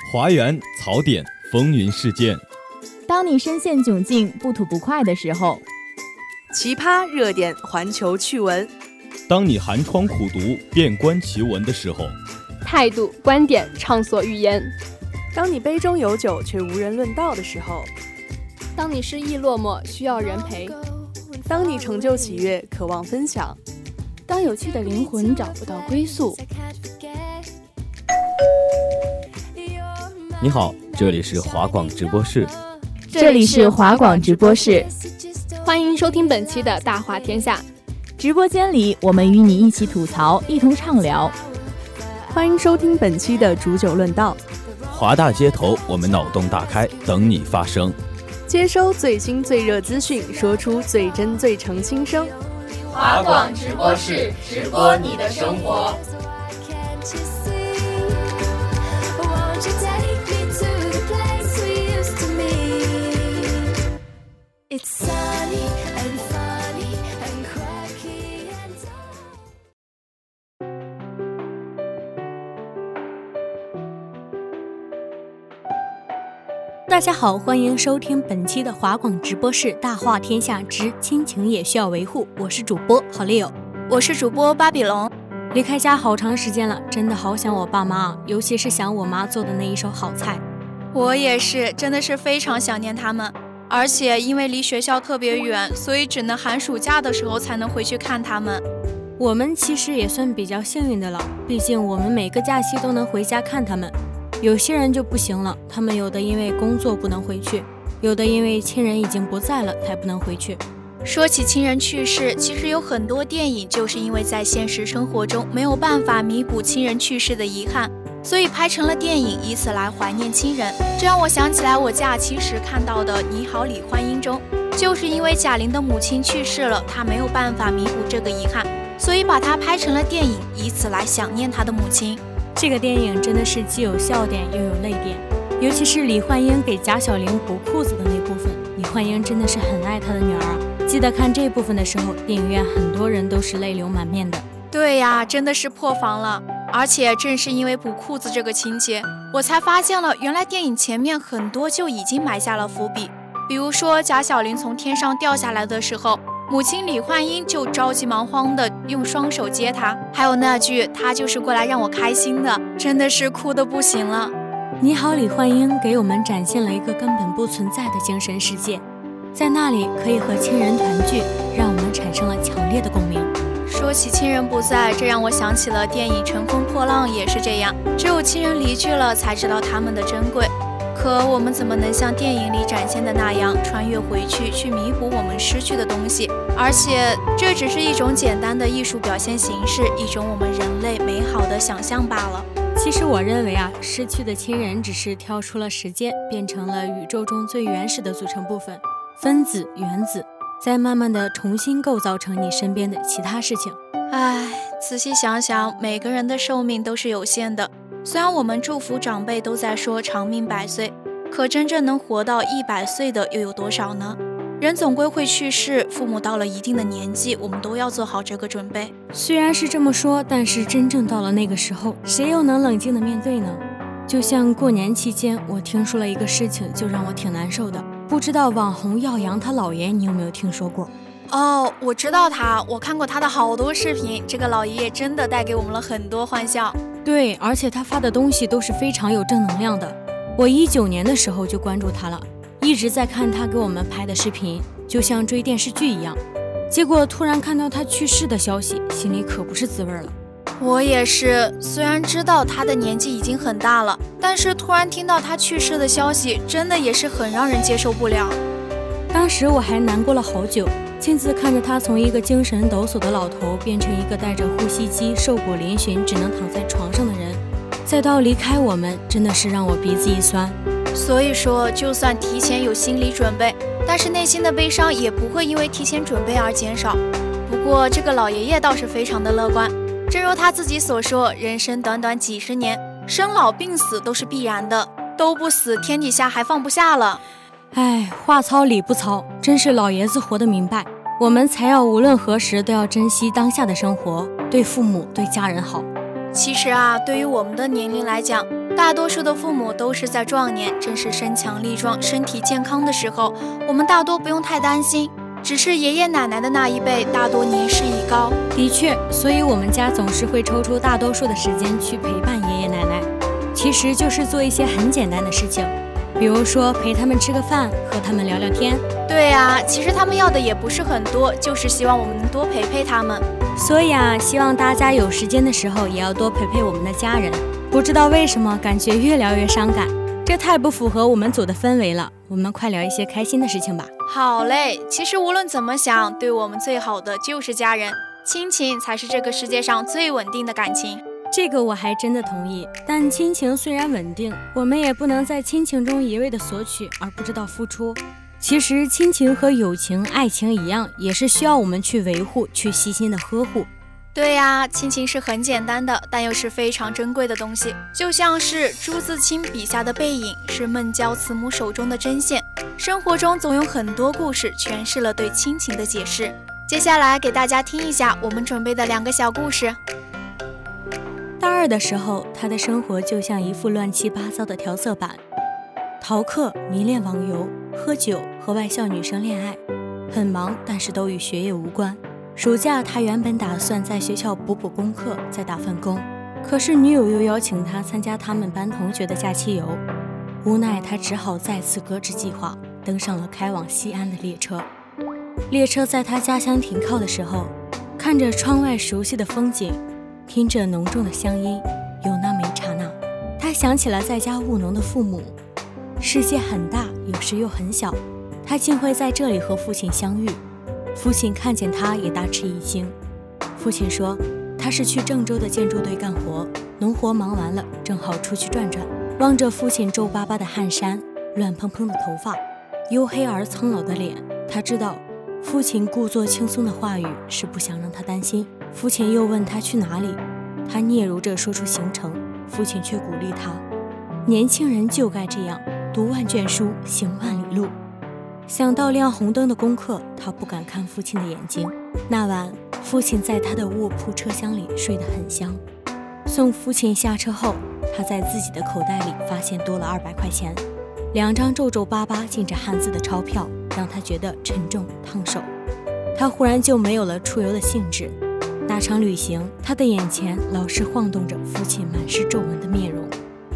华园槽点，风云事件。 当你深陷窘境不吐不快的时候， 奇葩热点环球趣闻。 当你寒窗苦读遍观奇闻的时候， 态度观点畅所欲言。 当你杯中有酒却无人论道的时候， 当你失意落寞需要人陪， 当你成就喜悦渴望分享， 当有趣的灵魂找不到归宿。 你好，这里是华广直播室。 这里是华广直播室， 欢迎收听本期的大话天下。 直播间里，我们与你一起吐槽，一同畅聊。 欢迎收听本期的煮酒论道。 华大街头，我们脑洞大开，等你发声。 接收最新最热资讯，说出最真最诚心声。 华广直播室，直播你的生活。 大家好，欢迎收听本期的华广直播室大话天下之亲情也需要维护，我是主播郝丽友。 我是主播巴比龙。 离开家好长时间了，真的好想我爸妈，尤其是想我妈做的那一手好菜。 我也是，真的是非常想念他们，而且因为离学校特别远，所以只能寒暑假的时候才能回去看他们。 我们其实也算比较幸运的了，毕竟我们每个假期都能回家看他们。有些人就不行了，他们有的因为工作不能回去，有的因为亲人已经不在了才不能回去。 说起亲人去世，其实有很多电影就是因为在现实生活中没有办法弥补亲人去世的遗憾，所以拍成了电影，以此来怀念亲人。这让我想起来我假期时看到的《你好，李焕英》中，就是因为贾玲的母亲去世了，她没有办法弥补这个遗憾，所以把它拍成了电影，以此来想念她的母亲。 这个电影真的是既有笑点又有泪点，尤其是李焕英给贾小玲补裤子的那部分，李焕英真的是很爱她的女儿啊。记得看这部分的时候，电影院很多人都是泪流满面的。 对呀，真的是破防了。而且正是因为补裤子这个情节，我才发现了原来电影前面很多就已经埋下了伏笔。比如说贾小玲从天上掉下来的时候，母亲李焕英就着急忙慌地用双手接她，还有那句她就是过来让我开心的，真的是哭得不行了。 你好，李焕英给我们展现了一个根本不存在的精神世界，在那里可以和亲人团聚，让我们产生了强烈的共鸣。 说起亲人不在，这让我想起了电影《乘风破浪》也是这样，只有亲人离去了才知道他们的珍贵。可我们怎么能像电影里展现的那样穿越回去，去弥补我们失去的东西？而且这只是一种简单的艺术表现形式，一种我们人类美好的想象罢了。 其实我认为啊，失去的亲人只是跳出了时间，变成了宇宙中最原始的组成部分，分子、原子，再慢慢的重新构造成你身边的其他事情。 仔细想想，每个人的寿命都是有限的。虽然我们祝福长辈都在说长命百岁，可真正能活到100岁的又有多少呢？人总归会去世，父母到了一定的年纪，我们都要做好这个准备。 虽然是这么说，但是真正到了那个时候，谁又能冷静的面对呢？就像过年期间，我听说了一个事情，就让我挺难受的。不知道网红耀阳他姥爷，你有没有听说过？ 哦，我知道他，我看过他的好多视频，这个老爷爷真的带给我们了很多欢笑。 对，而且他发的东西都是非常有正能量的。我19年的时候就关注他了，一直在看他给我们拍的视频，就像追电视剧一样。结果突然看到他去世的消息，心里可不是滋味了。 我也是，虽然知道他的年纪已经很大了，但是突然听到他去世的消息，真的也是很让人接受不了。 当时我还难过了好久，亲自看着他从一个精神抖擞的老头变成一个带着呼吸机、瘦骨嶙峋、只能躺在床上的人，再到离开我们，真的是让我鼻子一酸。 所以说，就算提前有心理准备，但是内心的悲伤也不会因为提前准备而减少。不过这个老爷爷倒是非常的乐观，正如他自己所说，人生短短几十年，生老病死都是必然的，都不死，天底下还放不下了。 话糙理不糙，真是老爷子活得明白，我们才要无论何时都要珍惜当下的生活，对父母对家人好。 其实啊，对于我们的年龄来讲， 大多数的父母都是在壮年，正是身强力壮、身体健康的时候，我们大多不用太担心。只是爷爷奶奶的那一辈，大多年事已高。 的确，所以我们家总是会抽出大多数的时间去陪伴爷爷奶奶，其实就是做一些很简单的事情，比如说陪他们吃个饭，和他们聊聊天。 对啊，其实他们要的也不是很多，就是希望我们能多陪陪他们。 所以啊，希望大家有时间的时候也要多陪陪我们的家人。不知道为什么感觉越聊越伤感，这太不符合我们组的氛围了。我们快聊一些开心的事情吧。 好嘞，其实无论怎么想，对我们最好的就是家人，亲情才是这个世界上最稳定的感情。 这个我还真的同意，但亲情虽然稳定，我们也不能在亲情中一味的索取而不知道付出。其实亲情和友情、爱情一样，也是需要我们去维护，去细心的呵护。 对呀，亲情是很简单的，但又是非常珍贵的东西，就像是朱自清笔下的背影，是孟郊慈母手中的针线。生活中总有很多故事诠释了对亲情的解释。接下来给大家听一下我们准备的2个小故事。 大2的时候，他的生活就像一副乱七八糟的调色板，逃课、迷恋网游、喝酒、和外校女生恋爱，很忙，但是都与学业无关。暑假他原本打算在学校补功课，再打份工，可是女友又邀请他参加他们班同学的假期游，无奈他只好再次搁置计划，登上了开往西安的列车。列车在他家乡停靠的时候，看着窗外熟悉的风景，听着浓重的乡音，有那么一刹那，他想起了在家务农的父母。世界很大，有时又很小，他竟会在这里和父亲相遇。父亲看见他也大吃一惊。父亲说他是去郑州的建筑队干活，农活忙完了，正好出去转转。望着父亲皱巴巴的汗衫，乱蓬蓬的头发，黝黑而苍老的脸，他知道父亲故作轻松的话语是不想让他担心。父亲又问他去哪里，他嗫嚅着说出行程，父亲却鼓励他，年轻人就该这样，读万卷书，行万里路。想到亮红灯的功课，他不敢看父亲的眼睛。那晚，父亲在他的卧铺车厢里睡得很香。送父亲下车后，他在自己的口袋里发现多了200块钱，2张皱皱巴巴印着汉字的钞票，让他觉得沉重烫手。他忽然就没有了出游的兴致。那场旅行，他的眼前老是晃动着父亲满是皱纹的面容。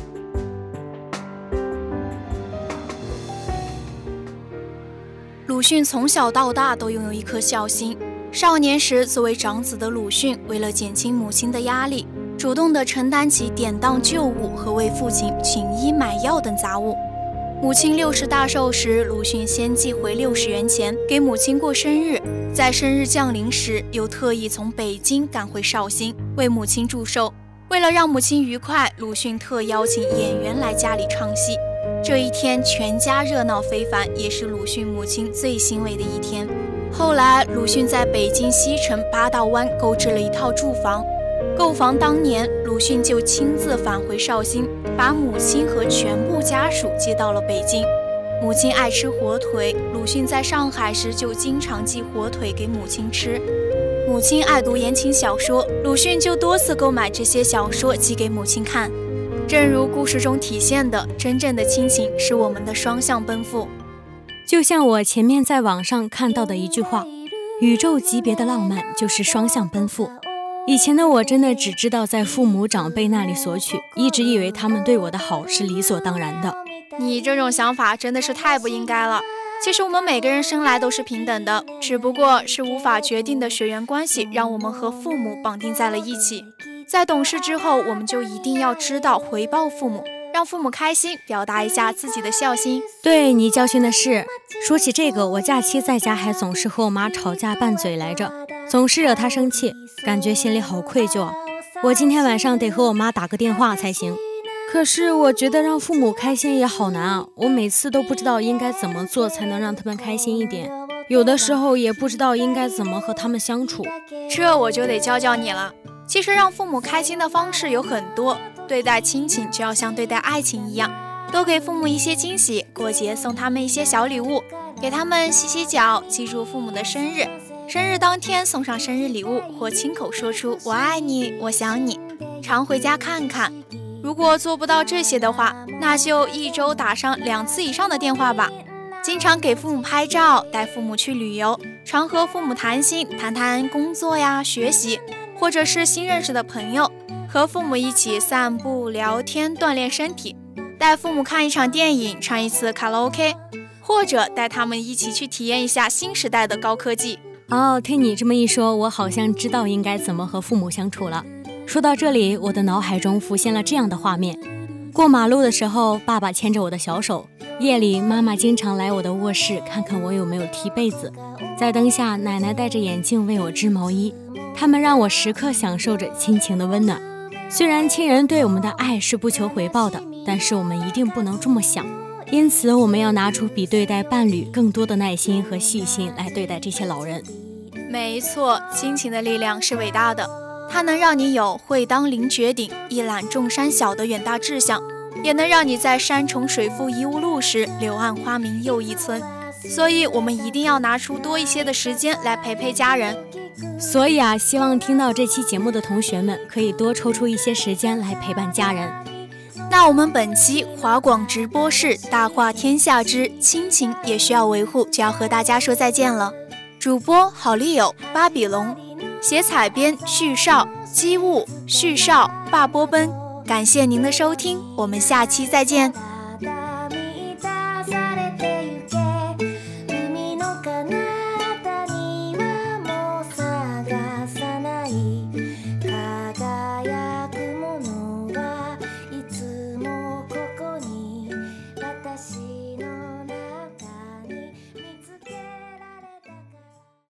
鲁迅从小到大都拥有一颗孝心。少年时，作为长子的鲁迅，为了减轻母亲的压力，主动地承担起典当旧物和为父亲请医买药等杂物。母亲60大寿时，鲁迅先寄回60元钱给母亲过生日，在生日降临时，又特意从北京赶回绍兴为母亲祝寿。为了让母亲愉快，鲁迅特邀请演员来家里唱戏。这一天全家热闹非凡，也是鲁迅母亲最欣慰的一天。后来鲁迅在北京西城八道湾购置了一套住房，购房当年鲁迅就亲自返回绍兴，把母亲和全部家属接到了北京。母亲爱吃火腿，鲁迅在上海时就经常寄火腿给母亲吃。母亲爱读言情小说，鲁迅就多次购买这些小说寄给母亲看。正如故事中体现的，真正的亲情是我们的双向奔赴。 就像我前面在网上看到的一句话，宇宙级别的浪漫就是双向奔赴。以前的我真的只知道在父母长辈那里索取，一直以为他们对我的好是理所当然的。 你这种想法真的是太不应该了。其实我们每个人生来都是平等的，只不过是无法决定的血缘关系让我们和父母绑定在了一起。在懂事之后，我们就一定要知道回报父母，让父母开心，表达一下自己的孝心。 对，你教训的是。说起这个，我假期在家还总是和我妈吵架拌嘴来着，总是惹她生气，感觉心里好愧疚啊。我今天晚上得和我妈打个电话才行。可是我觉得让父母开心也好难啊，我每次都不知道应该怎么做才能让他们开心一点，有的时候也不知道应该怎么和他们相处。 这我就得教教你了。其实让父母开心的方式有很多，对待亲情就要像对待爱情一样，多给父母一些惊喜，过节送他们一些小礼物，给他们洗洗脚，记住父母的生日，生日当天送上生日礼物，或亲口说出我爱你，我想你，常回家看看。 如果做不到这些的话，那就一周打上2次以上的电话吧。经常给父母拍照，带父母去旅游，常和父母谈心，谈谈工作呀、学习，或者是新认识的朋友，和父母一起散步、聊天、锻炼身体，带父母看一场电影，唱一次卡拉 OK， 或者带他们一起去体验一下新时代的高科技。 听你这么一说，我好像知道应该怎么和父母相处了。说到这里，我的脑海中浮现了这样的画面：过马路的时候，爸爸牵着我的小手；夜里，妈妈经常来我的卧室看看我有没有踢被子；在灯下，奶奶戴着眼镜为我织毛衣。他们让我时刻享受着亲情的温暖。虽然亲人对我们的爱是不求回报的，但是我们一定不能这么想。因此，我们要拿出比对待伴侣更多的耐心和细心来对待这些老人。 没错，亲情的力量是伟大的，它能让你有会当凌绝顶，一览众山小的远大志向，也能让你在山重水复疑无路时，柳暗花明又一村。所以我们一定要拿出多一些的时间来陪陪家人。 所以希望听到这期节目的同学们可以多抽出一些时间来陪伴家人。 那我们本期华广直播室大话天下之亲情也需要维护就要和大家说再见了。主播郝丽友、巴比龙，写采编旭少、机务、旭少、霸波奔。感谢您的收听，我们下期再见。